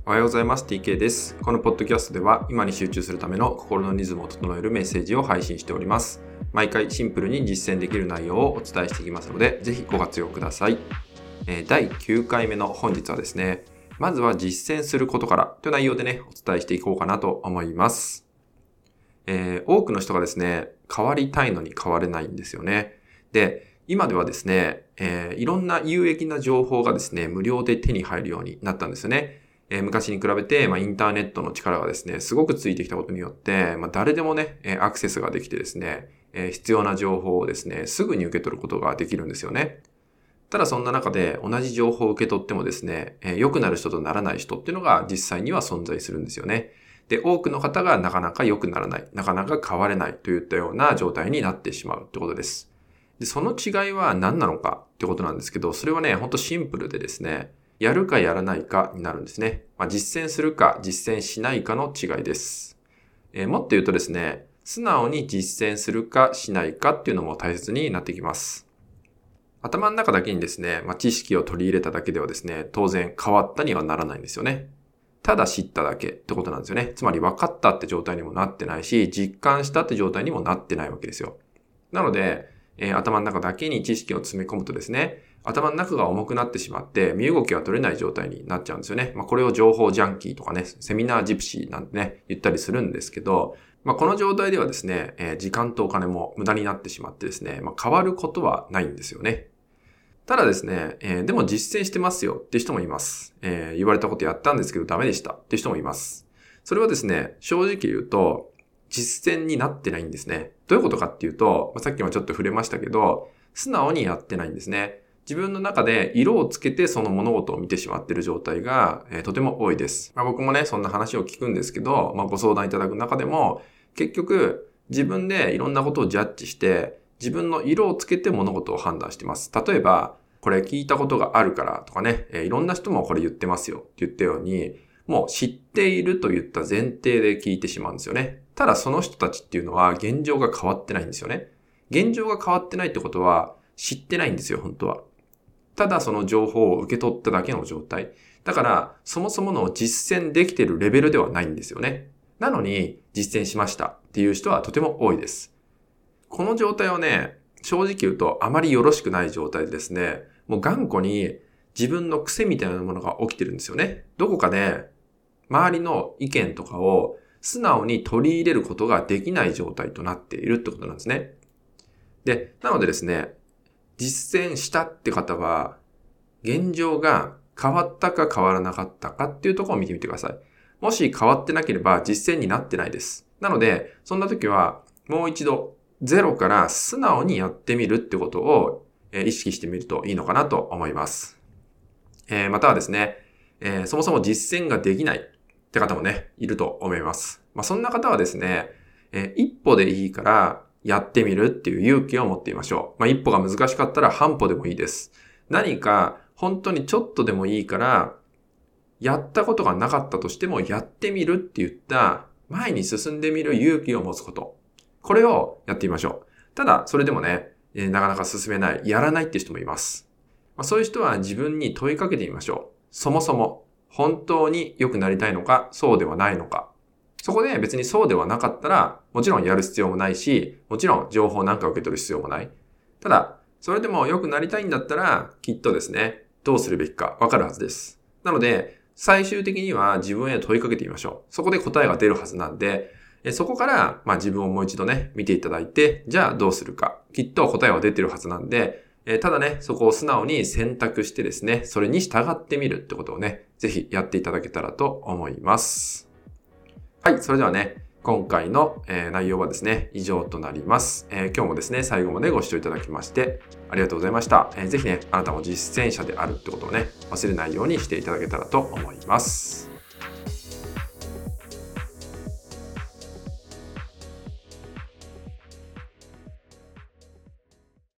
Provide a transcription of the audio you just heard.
おはようございます。TK です。このポッドキャストでは今に集中するための心のリズムを整えるメッセージを配信しております。毎回シンプルに実践できる内容をお伝えしていきますので、ぜひご活用ください。第9回目の本日はですね、まずは実践することからという内容でね、お伝えしていこうかなと思います。多くの人がですね、変わりたいのに変われないんですよね。で、今ではですね、いろんな有益な情報がですね、無料で手に入るようになったんですよね。昔に比べて、インターネットの力がですね、すごくついてきたことによって、誰でもね、アクセスができてですね、必要な情報をですね、すぐに受け取ることができるんですよね。ただそんな中で同じ情報を受け取ってもですね、良くなる人とならない人っていうのが実際には存在するんですよね。で、多くの方がなかなか良くならない、なかなか変われないといったような状態になってしまうってことです。で、その違いは何なのかってことなんですけど、それはね、ほんとシンプルでですね、やるかやらないかになるんですね。実践するか実践しないかの違いです。もっと言うとですね、素直に実践するかしないかっていうのも大切になってきます。頭の中だけにですね、知識を取り入れただけではですね、当然変わったにはならないんですよね。ただ知っただけってことなんですよね。つまり分かったって状態にもなってないし、実感したって状態にもなってないわけですよ。なので、頭の中だけに知識を詰め込むとですね、頭の中が重くなってしまって身動きが取れない状態になっちゃうんですよね。これを情報ジャンキーとかね、セミナージプシーなんてね、言ったりするんですけど、この状態ではですね、時間とお金も無駄になってしまってですね、変わることはないんですよね。ただですね、でも実践してますよっていう人もいます。言われたことやったんですけどダメでしたっていう人もいます。それはですね、正直言うと、実践になってないんですね。どういうことかっていうと、さっきもちょっと触れましたけど、素直にやってないんですね。自分の中で色をつけてその物事を見てしまっている状態が、とても多いです。僕もね、そんな話を聞くんですけど、ご相談いただく中でも、結局自分でいろんなことをジャッジして、自分の色をつけて物事を判断しています。例えば、これ聞いたことがあるからとかね、いろんな人もこれ言ってますよって言ったように、もう知っているといった前提で聞いてしまうんですよね。ただその人たちっていうのは現状が変わってないんですよね。現状が変わってないってことは知ってないんですよ、本当は。ただその情報を受け取っただけの状態。だからそもそもの実践できているレベルではないんですよね。なのに実践しましたっていう人はとても多いです。この状態はね、正直言うとあまりよろしくない状態でですね、もう頑固に自分の癖みたいなものが起きてるんですよね。どこかで周りの意見とかを素直に取り入れることができない状態となっているってことなんですね。で、なのでですね、実践したって方は、現状が変わったか変わらなかったかっていうところを見てみてください。もし変わってなければ実践になってないです。なので、そんな時はもう一度ゼロから素直にやってみるってことを意識してみるといいのかなと思います。またはですね、そもそも実践ができないって方もね、いると思います。そんな方はですね、一歩でいいからやってみるっていう勇気を持ってみましょう。一歩が難しかったら半歩でもいいです。何か本当にちょっとでもいいから、やったことがなかったとしてもやってみるって言った前に進んでみる勇気を持つこと。これをやってみましょう。ただ、それでもね、なかなか進めない、やらないっていう人もいます。そういう人は自分に問いかけてみましょう。そもそも本当に良くなりたいのか、そうではないのか。そこで別にそうではなかったら、もちろんやる必要もないし、もちろん情報なんか受け取る必要もない。ただ、それでも良くなりたいんだったら、きっとですね、どうするべきかわかるはずです。なので、最終的には自分へ問いかけてみましょう。そこで答えが出るはずなんで、そこから、自分をもう一度ね、見ていただいて、じゃあどうするか。きっと答えは出てるはずなんで、ただね、そこを素直に選択してですね、それに従ってみるってことをね、ぜひやっていただけたらと思います。はい、それではね、今回の内容はですね、以上となります。今日もですね、最後までご視聴いただきましてありがとうございました。ぜひね、あなたも実践者であるってことをね、忘れないようにしていただけたらと思います。